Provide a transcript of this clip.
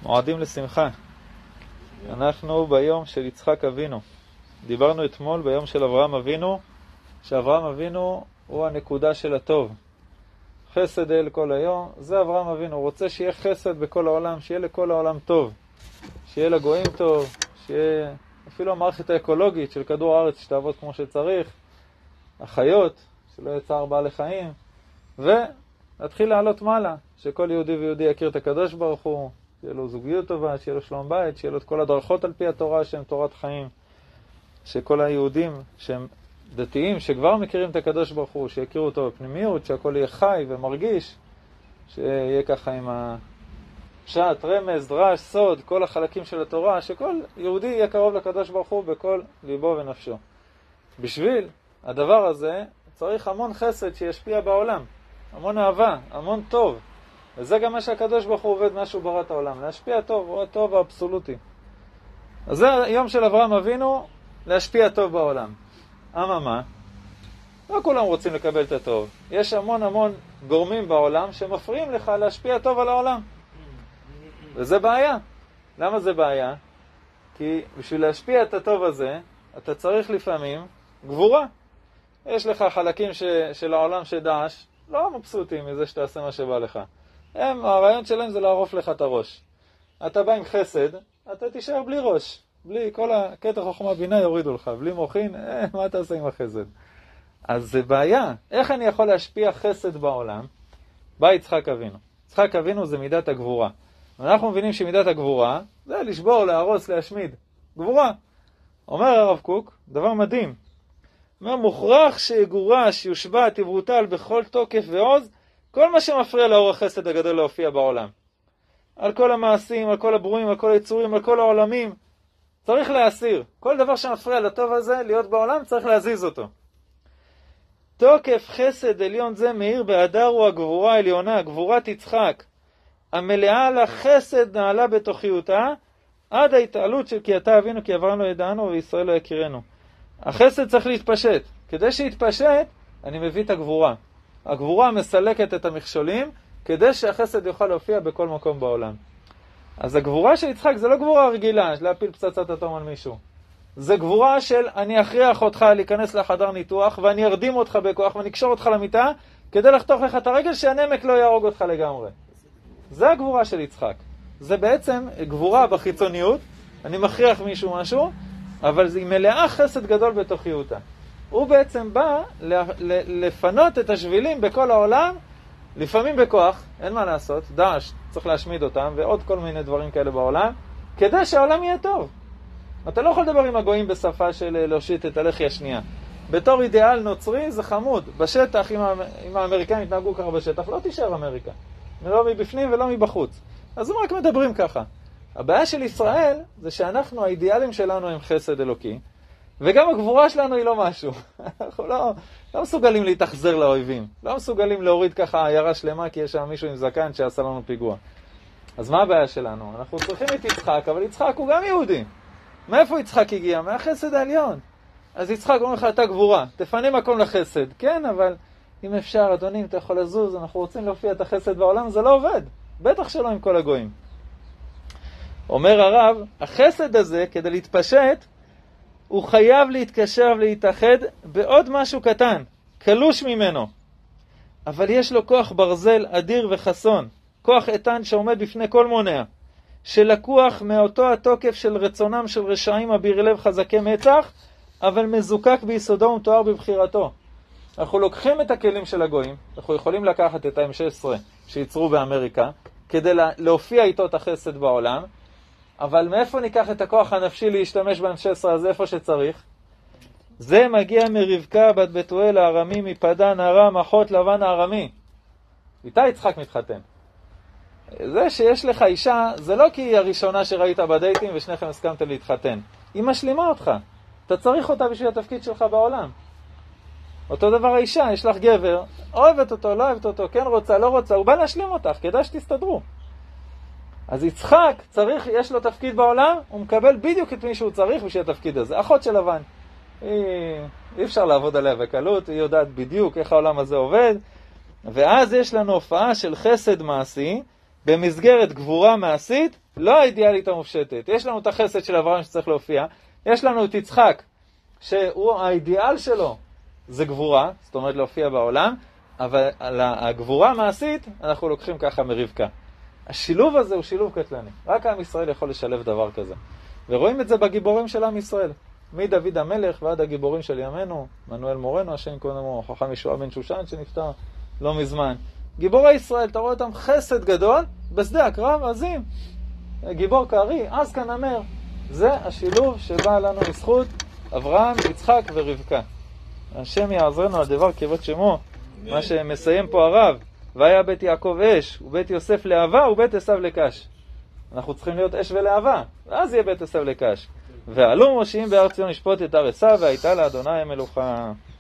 מועדים לשמחה. אנחנו ביום של יצחק אבינו. דיברנו אתמול ביום של אברהם אבינו, שאברהם אבינו הוא הנקודה של הטוב. חסד אל כל היום, זה אברהם אבינו. הוא רוצה שיהיה חסד בכל העולם, שיהיה לכל העולם טוב. שיהיה לגויים טוב, שיהיה אפילו המערכת האקולוגית של כדור הארץ שתעבוד כמו שצריך, החיות, שלא יצער בעלי חיים, ולהתחיל לעלות מעלה, שכל יהודי ויהודי יכיר את הקדוש ברוך הוא, שיהיה לו זוגיות טובה, שיהיה לו שלום בית, שיהיה לו את כל הדרכות על פי התורה שהן תורת חיים, שכל היהודים שהם דתיים, שכבר מכירים את הקדוש ברוך הוא, שיכירו אותו בפנימיות, שהכל יהיה חי ומרגיש, שיהיה ככה עם פשט, רמז, דרש, סוד, כל החלקים של התורה, שכל יהודי יהיה קרוב לקדוש ברוך הוא בכל ליבו ונפשו. בשביל הדבר הזה צריך המון חסד שישפיע בעולם, המון אהבה, המון טוב. וזה גם מה שהקדוש ברוך הוא עובד משהו ברא את העולם, להשפיע טוב, הוא הטוב האבסולוטי. אז זה היום של אברהם אבינו, להשפיע טוב בעולם. אממה, לא כולם רוצים לקבל את הטוב. יש המון גורמים בעולם שמפריעים לך להשפיע טוב על העולם. וזה בעיה. למה זה בעיה? כי בשביל להשפיע את הטוב הזה, אתה צריך לפעמים גבורה. יש לך חלקים של העולם שדעש, לא מבסוטים מזה שתעשה מה שבא לך. הרעיון שלהם זה לערוף לך את הראש. אתה בא עם חסד, אתה תישאר בלי ראש. בלי כל הקטע חוכמה בינה יורידו לך. בלי מוחין, מה אתה עושה עם החסד? אז זה בעיה. איך אני יכול להשפיע חסד בעולם? בא יצחק אבינו. יצחק אבינו זה מידת הגבורה. ואנחנו מבינים שמידת הגבורה זה לשבור, להרוס, להשמיד. גבורה. אומר הרב קוק, דבר מדהים. אומר, מוכרח שיגורש, יושבע, תברוטל בכל תוקף ועוז, כל מה שמפריע לאור החסד הגדול להופיע בעולם. על כל המעשים, על כל הברואים, על כל היצורים, על כל העולמים. צריך להסיר. כל דבר שמפריע לטוב הזה להיות בעולם, צריך להזיז אותו. תוקף חסד עליון זה מאיר באדר הוא הגבורה העליונה, גבורת יצחק. המלאה לה חסד נעלה בתוכיותה, עד ההתעלות של כי אתה אבינו, כי אברהם לא ידענו וישראל לא יכירנו. החסד צריך להתפשט. כדי שיתפשט, אני מביא את הגבורה. הגבורה מסלקת את המכשולים, כדי שהחסד יוכל להופיע בכל מקום בעולם. אז הגבורה של יצחק זה לא גבורה רגילה, להפיל פצצת אטום על מישהו. זה גבורה של אני אכריח אותך להיכנס לחדר ניתוח, ואני ארדים אותך בכוח, ואני אקשור אותך למיטה, כדי לחתוך לך את הרגל שהנמק לא יהרוג אותך לגמרי. זה הגבורה של יצחק. זה בעצם גבורה בחיצוניות, אני מכריח מישהו משהו, אבל היא מלאה חסד גדול בתוכיותה. הוא בעצם בא לפנות את השבילים בכל העולם, לפעמים בכוח, אין מה לעשות, דעש, צריך להשמיד אותם, ועוד כל מיני דברים כאלה בעולם, כדי שהעולם יהיה טוב. אתה לא יכול לדבר עם הגויים בשפה של להושיט את הלחי השנייה. בתור אידיאל נוצרי זה חמוד. בשטח, אם האמריקאים יתנהגו ככה בשטח, לא תישאר אמריקה. לא מבפנים ולא מבחוץ. אז הם רק מדברים ככה. הבעיה של ישראל זה שאנחנו, האידיאלים שלנו הם חסד אלוקי, וגם הגבורה שלנו היא לא משהו. אנחנו לא מסוגלים להתאכזר לאויבים. לא מסוגלים להוריד ככה עיירה שלמה, כי יש שם מישהו עם זקן שעשה לנו פיגוע. אז מה הבעיה שלנו? אנחנו צריכים את יצחק, אבל יצחק הוא גם יהודי. מאיפה יצחק הגיע? מהחסד העליון. אז יצחק אומר לך, אתה גבורה. תפנה מקום לחסד. כן, אבל אם אפשר, אדוני, אם אתה יכול לזוז, אנחנו רוצים להופיע את החסד בעולם, זה לא עובד. בטח שלא עם כל הגויים. אומר הרב, החסד הזה, כדי להתפשט, הוא חייב להתקשר ולהתאחד בעוד משהו קטן, קלוש ממנו. אבל יש לו כוח ברזל אדיר וחסון, כוח איתן שעומד בפני כל מונע, שלקוח מאותו התוקף של רצונם של רשעים אביר לב חזקי מצח, אבל מזוקק ביסודו ומתואר בבחירתו. אנחנו לוקחים את הכלים של הגויים, אנחנו יכולים לקחת את ה-M16 שיצרו באמריקה, כדי להופיע איתו את החסד בעולם, אבל מאיפה ניקח את הכוח הנפשי להשתמש ב-M16 הזה איפה שצריך? זה מגיע מרבקה בת בתואל הארמי, מפדן ארם, אחות לבן הארמי. איתה יצחק מתחתן. זה שיש לך אישה, זה לא כי היא הראשונה שראית בדייטים ושניכם הסכמתם להתחתן. היא משלימה אותך. אתה צריך אותה בשביל התפקיד שלך בעולם. אותו דבר האישה, יש לך גבר, אוהבת אותו, לא אוהבת אותו, כן רוצה, לא רוצה, הוא בא להשלים אותך, כדאי שתסתדרו. אז יצחק צריך, יש לו תפקיד בעולם, הוא מקבל בדיוק את מי שהוא צריך בשביל התפקיד הזה. אחות של לבן. אי אפשר לעבוד עליה בקלות, היא יודעת בדיוק איך העולם הזה עובד. ואז יש לנו הופעה של חסד מעשי, במסגרת גבורה מעשית, לא האידיאלית המופשטת. יש לנו את החסד של אברהם שצריך להופיע, יש לנו את יצחק, שהוא האידיאל שלו, זה גבורה, זאת אומרת להופיע בעולם, אבל על הגבורה המעשית אנחנו לוקחים ככה מרבקה. השילוב הזה הוא שילוב קטלני. רק עם ישראל יכול לשלב דבר כזה. ורואים את זה בגיבורים של עם ישראל. מדוד המלך ועד הגיבורים של ימינו, מנואל מורנו, השם קוראים חכם ישועה בן שושן שנפטר לא מזמן. גיבורי ישראל, אתה רואה אותם חסד גדול, בשדה הקרב עזים. גיבור קערי, אז כאן אמר. זה השילוב שבא לנו בזכות אברהם, יצחק ורבקה. השם יעזרנו על דבר כבוד שמו, מה שמסיים פה הרב. והיה בית יעקב אש, ובית יוסף לאהבה, ובית עשיו לקש. אנחנו צריכים להיות אש ולאהבה, ואז יהיה בית עשיו לקש. ועלו מושיעים בארץ ציון לשפוט את הר עשיו, והייתה לאדוני המלוכה.